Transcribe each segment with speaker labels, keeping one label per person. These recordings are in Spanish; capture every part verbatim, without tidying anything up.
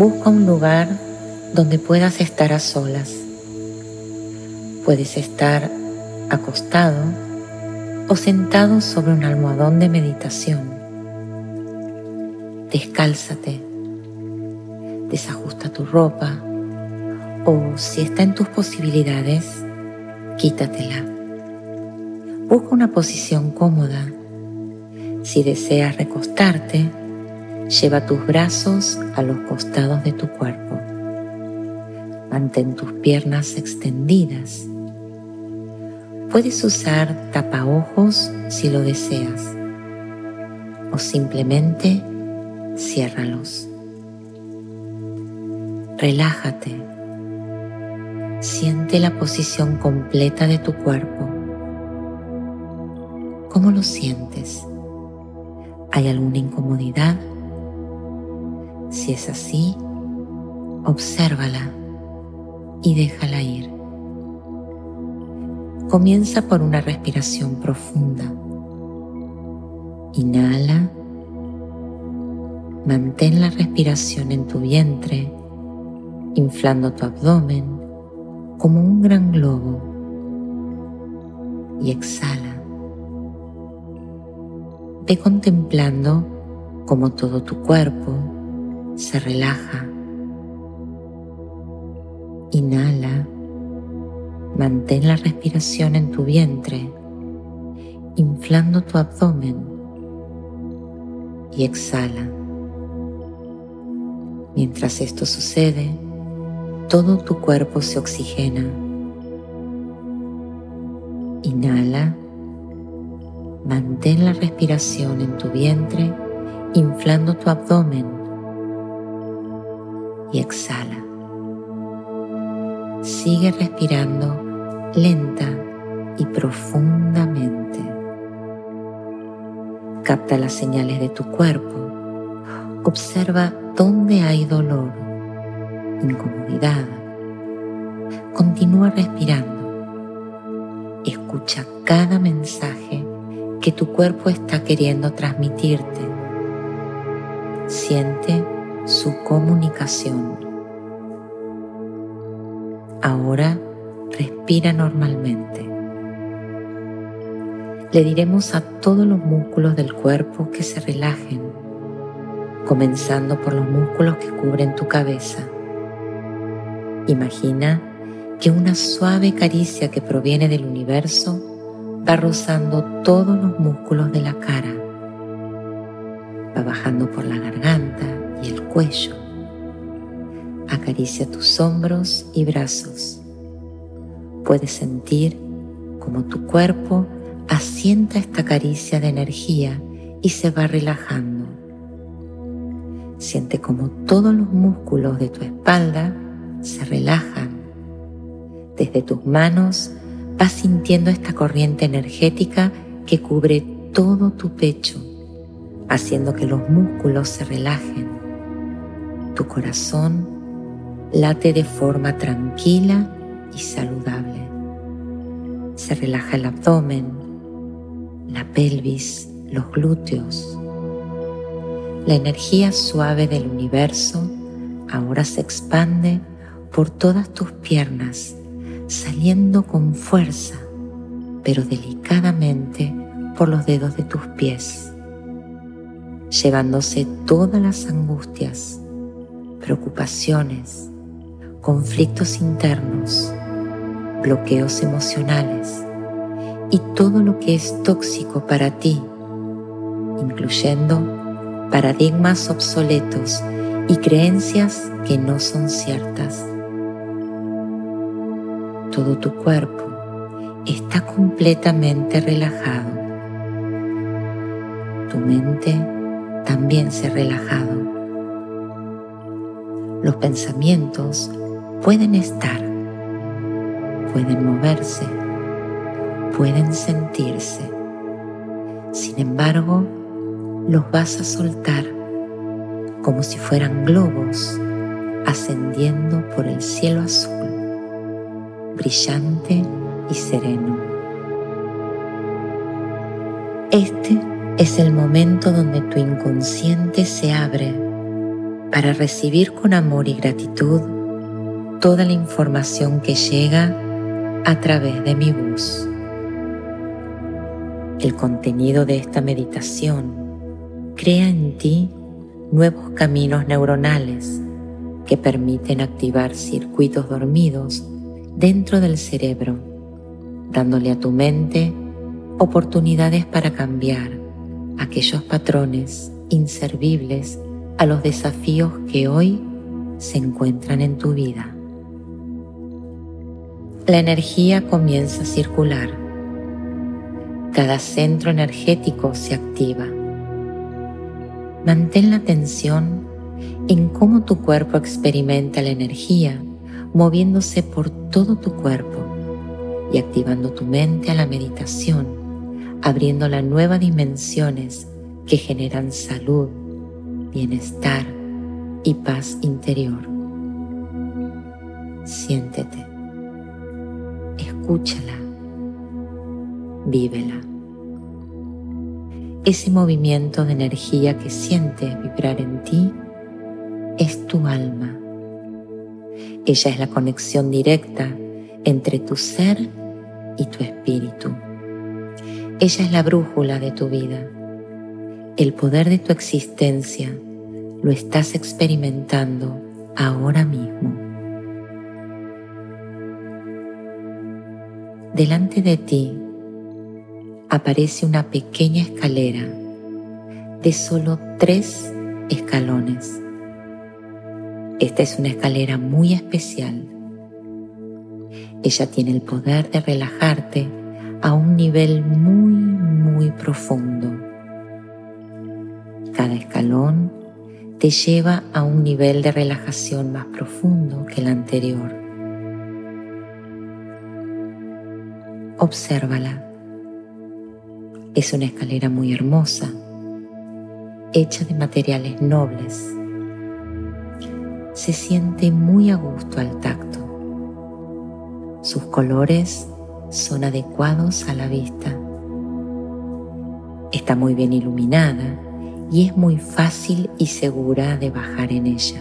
Speaker 1: Busca un lugar donde puedas estar a solas. Puedes estar acostado o sentado sobre un almohadón de meditación. Descálzate, desajusta tu ropa o, si está en tus posibilidades, quítatela. Busca una posición cómoda. Si deseas recostarte, lleva tus brazos a los costados de tu cuerpo. Mantén tus piernas extendidas. Puedes usar tapaojos si lo deseas, o simplemente ciérralos. Relájate. Siente la posición completa de tu cuerpo. ¿Cómo lo sientes? ¿Hay alguna incomodidad? Si es así, obsérvala y déjala ir. Comienza por una respiración profunda. Inhala. Mantén la respiración en tu vientre, inflando tu abdomen como un gran globo. Y exhala. Ve contemplando cómo todo tu cuerpo se relaja. Inhala. Mantén la respiración en tu vientre, inflando tu abdomen. Y exhala. Mientras esto sucede, todo tu cuerpo se oxigena. Inhala. Mantén la respiración en tu vientre, inflando tu abdomen. Y exhala. Sigue respirando lenta y profundamente. Capta las señales de tu cuerpo. Observa dónde hay dolor, incomodidad. Continúa respirando. Escucha cada mensaje que tu cuerpo está queriendo transmitirte. Siente su comunicación. Ahora respira normalmente. Le diremos a todos los músculos del cuerpo que se relajen, comenzando por los músculos que cubren tu cabeza. Imagina que una suave caricia que proviene del universo va rozando todos los músculos de la cara. Va bajando por la garganta y el cuello. Acaricia tus hombros y brazos. Puedes sentir cómo tu cuerpo asienta esta caricia de energía y se va relajando. Siente cómo todos los músculos de tu espalda se relajan. Desde tus manos vas sintiendo esta corriente energética que cubre todo tu pecho, haciendo que los músculos se relajen. Tu corazón late de forma tranquila y saludable. Se relaja el abdomen, la pelvis, los glúteos. La energía suave del universo ahora se expande por todas tus piernas, saliendo con fuerza, pero delicadamente por los dedos de tus pies, llevándose todas las angustias, preocupaciones, conflictos internos, bloqueos emocionales y todo lo que es tóxico para ti, incluyendo paradigmas obsoletos y creencias que no son ciertas. Todo tu cuerpo está completamente relajado. Tu mente también se ha relajado. Los pensamientos pueden estar, pueden moverse, pueden sentirse. Sin embargo, los vas a soltar como si fueran globos ascendiendo por el cielo azul, brillante y sereno. Este es el momento donde tu inconsciente se abre para recibir con amor y gratitud toda la información que llega a través de mi voz. El contenido de esta meditación crea en ti nuevos caminos neuronales que permiten activar circuitos dormidos dentro del cerebro, dándole a tu mente oportunidades para cambiar aquellos patrones inservibles a los desafíos que hoy se encuentran en tu vida. La energía comienza a circular. Cada centro energético se activa. Mantén la atención en cómo tu cuerpo experimenta la energía moviéndose por todo tu cuerpo y activando tu mente a la meditación, abriéndola a nuevas dimensiones que generan salud, bienestar y paz interior. Siéntete, escúchala, vívela. Ese movimiento de energía que sientes vibrar en ti es tu alma. Ella es la conexión directa entre tu ser y tu espíritu. Ella es la brújula de tu vida. El poder de tu existencia lo estás experimentando ahora mismo. Delante de ti aparece una pequeña escalera de solo tres escalones. Esta es una escalera muy especial. Ella tiene el poder de relajarte a un nivel muy, muy profundo. Cada escalón te lleva a un nivel de relajación más profundo que el anterior. Obsérvala. Es una escalera muy hermosa, hecha de materiales nobles. Se siente muy a gusto al tacto. Sus colores son adecuados a la vista. Está muy bien iluminada y es muy fácil y segura de bajar en ella.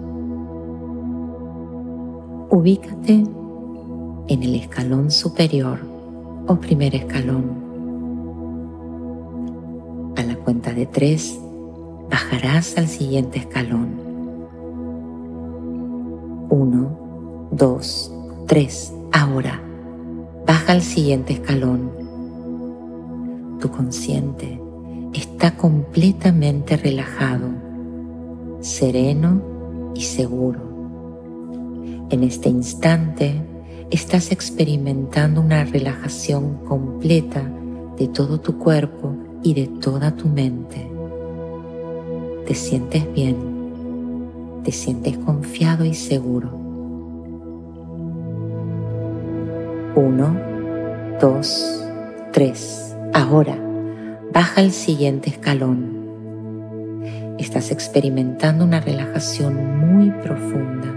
Speaker 1: Ubícate en el escalón superior o primer escalón. A la cuenta de tres, bajarás al siguiente escalón. Uno, dos, tres. Ahora, baja al siguiente escalón. Tu consciente está completamente relajado, sereno y seguro. En este instante, estás experimentando una relajación completa de todo tu cuerpo y de toda tu mente. Te sientes bien, te sientes confiado y seguro. Uno, dos, tres. Ahora, baja al siguiente escalón. Estás experimentando una relajación muy profunda.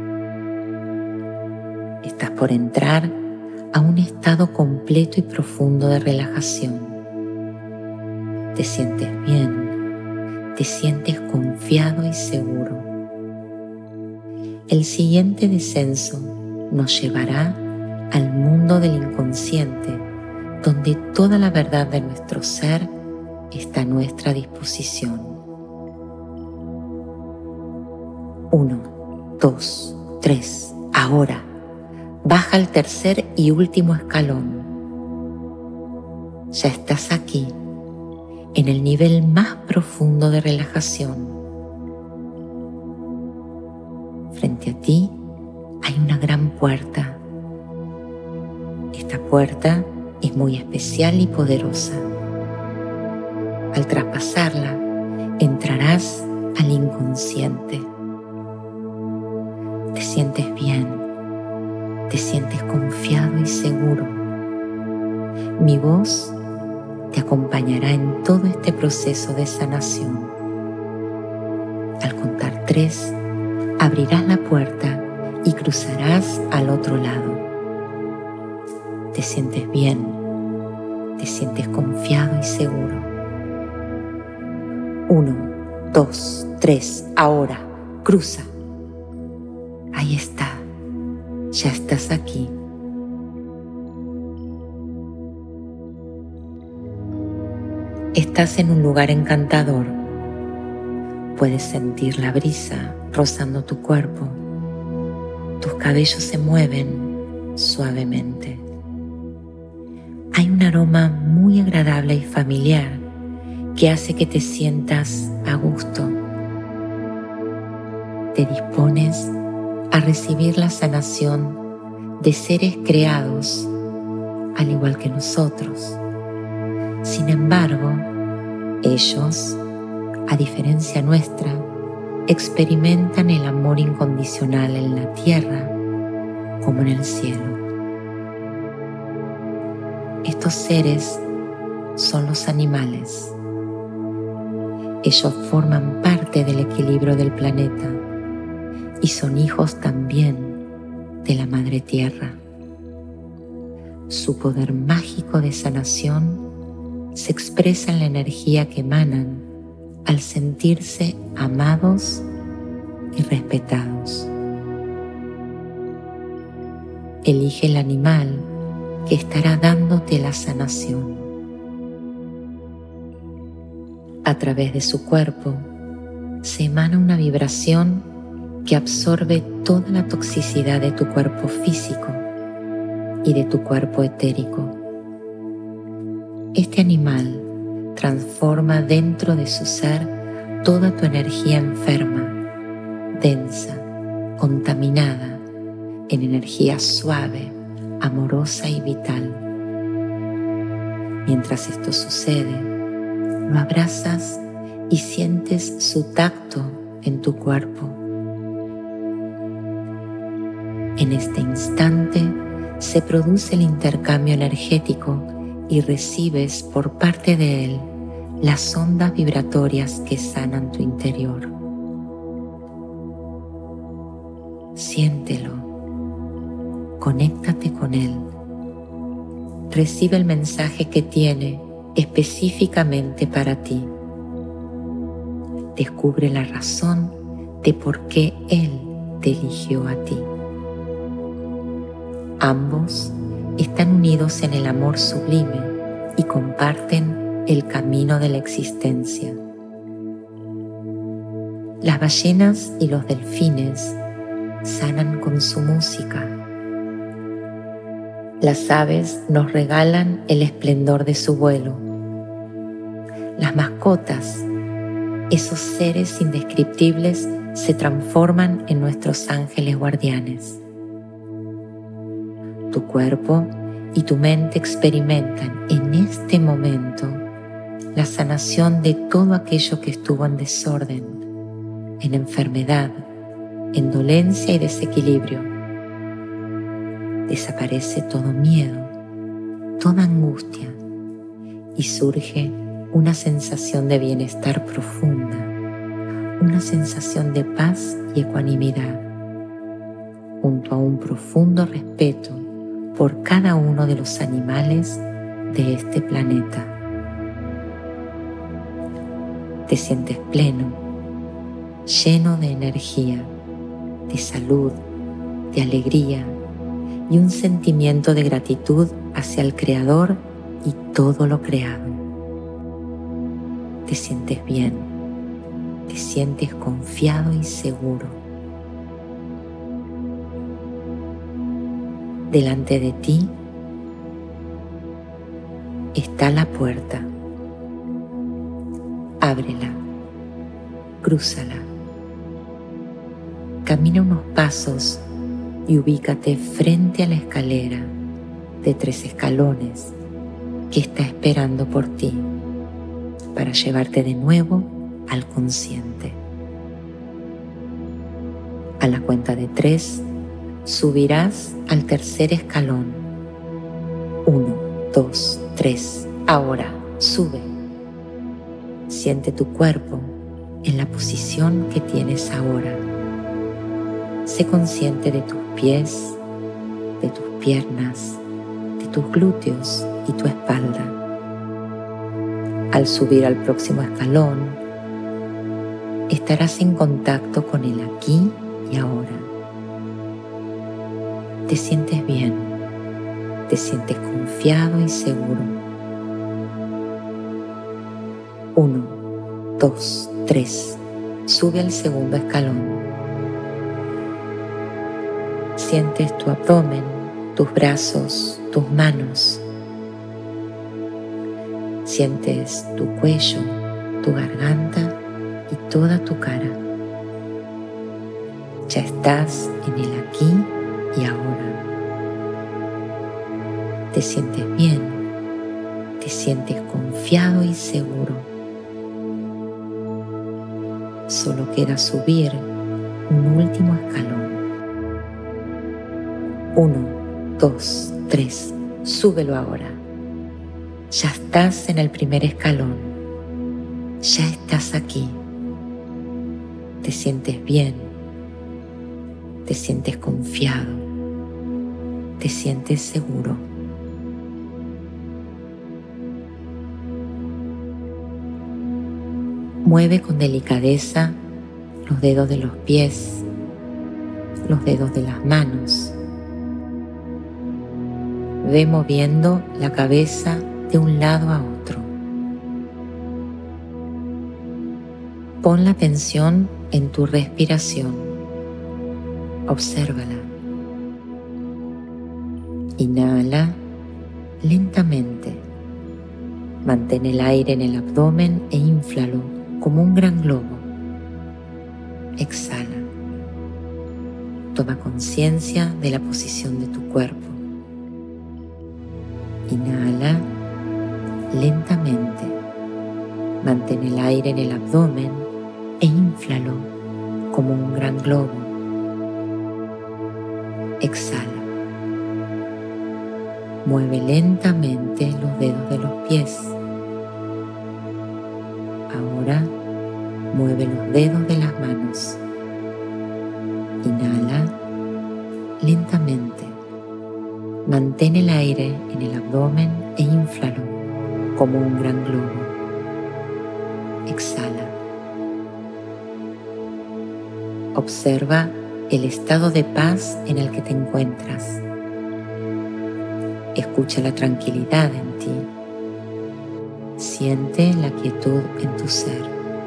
Speaker 1: Estás por entrar a un estado completo y profundo de relajación. Te sientes bien, te sientes confiado y seguro. El siguiente descenso nos llevará al mundo del inconsciente, donde toda la verdad de nuestro ser está a nuestra disposición. Uno, dos, tres. Ahora, baja al tercer y último escalón. Ya estás aquí, en el nivel más profundo de relajación. Frente a ti hay una gran puerta. Esta puerta es muy especial y poderosa. Al traspasarla, entrarás al inconsciente. Te sientes bien, te sientes confiado y seguro. Mi voz te acompañará en todo este proceso de sanación. Al contar tres, abrirás la puerta y cruzarás al otro lado. Te sientes bien, te sientes confiado y seguro. Uno, dos, tres. Ahora, cruza. Ahí está, ya estás aquí. Estás en un lugar encantador. Puedes sentir la brisa rozando tu cuerpo. Tus cabellos se mueven suavemente. Hay un aroma muy agradable y familiar que hace que te sientas a gusto. Te dispones a recibir la sanación de seres creados al igual que nosotros. Sin embargo, ellos, a diferencia nuestra, experimentan el amor incondicional en la tierra como en el cielo. Estos seres son los animales. Ellos forman parte del equilibrio del planeta y son hijos también de la Madre Tierra. Su poder mágico de sanación se expresa en la energía que emanan al sentirse amados y respetados. Elige el animal que estará dándote la sanación. A través de su cuerpo se emana una vibración que absorbe toda la toxicidad de tu cuerpo físico y de tu cuerpo etérico. Este animal transforma dentro de su ser toda tu energía enferma, densa, contaminada, en energía suave, amorosa y vital. Mientras esto sucede, lo abrazas y sientes su tacto en tu cuerpo. En este instante se produce el intercambio energético y recibes por parte de él las ondas vibratorias que sanan tu interior. Siéntelo, conéctate con él, recibe el mensaje que tiene específicamente para ti. Descubre la razón de por qué él te eligió a ti. Ambos están unidos en el amor sublime y comparten el camino de la existencia. Las ballenas y los delfines sanan con su música. Las aves nos regalan el esplendor de su vuelo. Las mascotas, esos seres indescriptibles, se transforman en nuestros ángeles guardianes. Tu cuerpo y tu mente experimentan en este momento la sanación de todo aquello que estuvo en desorden, en enfermedad, en dolencia y desequilibrio. Desaparece todo miedo, toda angustia y surge una sensación de bienestar profunda, una sensación de paz y ecuanimidad, junto a un profundo respeto por cada uno de los animales de este planeta. Te sientes pleno, lleno de energía, de salud, de alegría y un sentimiento de gratitud hacia el Creador y todo lo creado. Te sientes bien, te sientes confiado y seguro. Delante de ti está la puerta. Ábrela, crúzala. Camina unos pasos y ubícate frente a la escalera de tres escalones que está esperando por ti para llevarte de nuevo al consciente. A la cuenta de tres, subirás al tercer escalón. Uno, dos, tres. Ahora, sube. Siente tu cuerpo en la posición que tienes ahora. Sé consciente de tus pies, de tus piernas, de tus glúteos y tu espalda. Al subir al próximo escalón, estarás en contacto con el aquí y ahora. Te sientes bien, te sientes confiado y seguro. Uno, dos, tres. Sube al segundo escalón. Sientes tu abdomen, tus brazos, tus manos. Sientes tu cuello, tu garganta y toda tu cara. Ya estás en el aquí y ahora. Te sientes bien, te sientes confiado y seguro. Solo queda subir un último escalón. Uno, dos, tres. Súbelo ahora. Ya estás en el primer escalón. Ya estás aquí. Te sientes bien. Te sientes confiado. Te sientes seguro. Mueve con delicadeza los dedos de los pies, los dedos de las manos. Ve moviendo la cabeza de un lado a otro. Pon la atención en tu respiración. Obsérvala. Inhala lentamente. Mantén el aire en el abdomen e inflalo como un gran globo. Exhala. Toma conciencia de la posición de tu cuerpo. Inhala lentamente. Mantén el aire en el abdomen e inflalo como un gran globo. Exhala. Mueve lentamente los dedos de los pies. Ahora mueve los dedos de las manos. Inhala lentamente. Mantén el aire en el abdomen e inflalo como un gran globo. Exhala. Observa el estado de paz en el que te encuentras. Escucha la tranquilidad en ti. Siente la quietud en tu ser.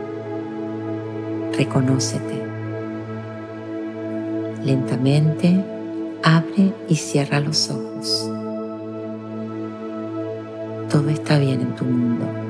Speaker 1: Reconócete. Lentamente abre y cierra los ojos. Todo está bien en tu mundo.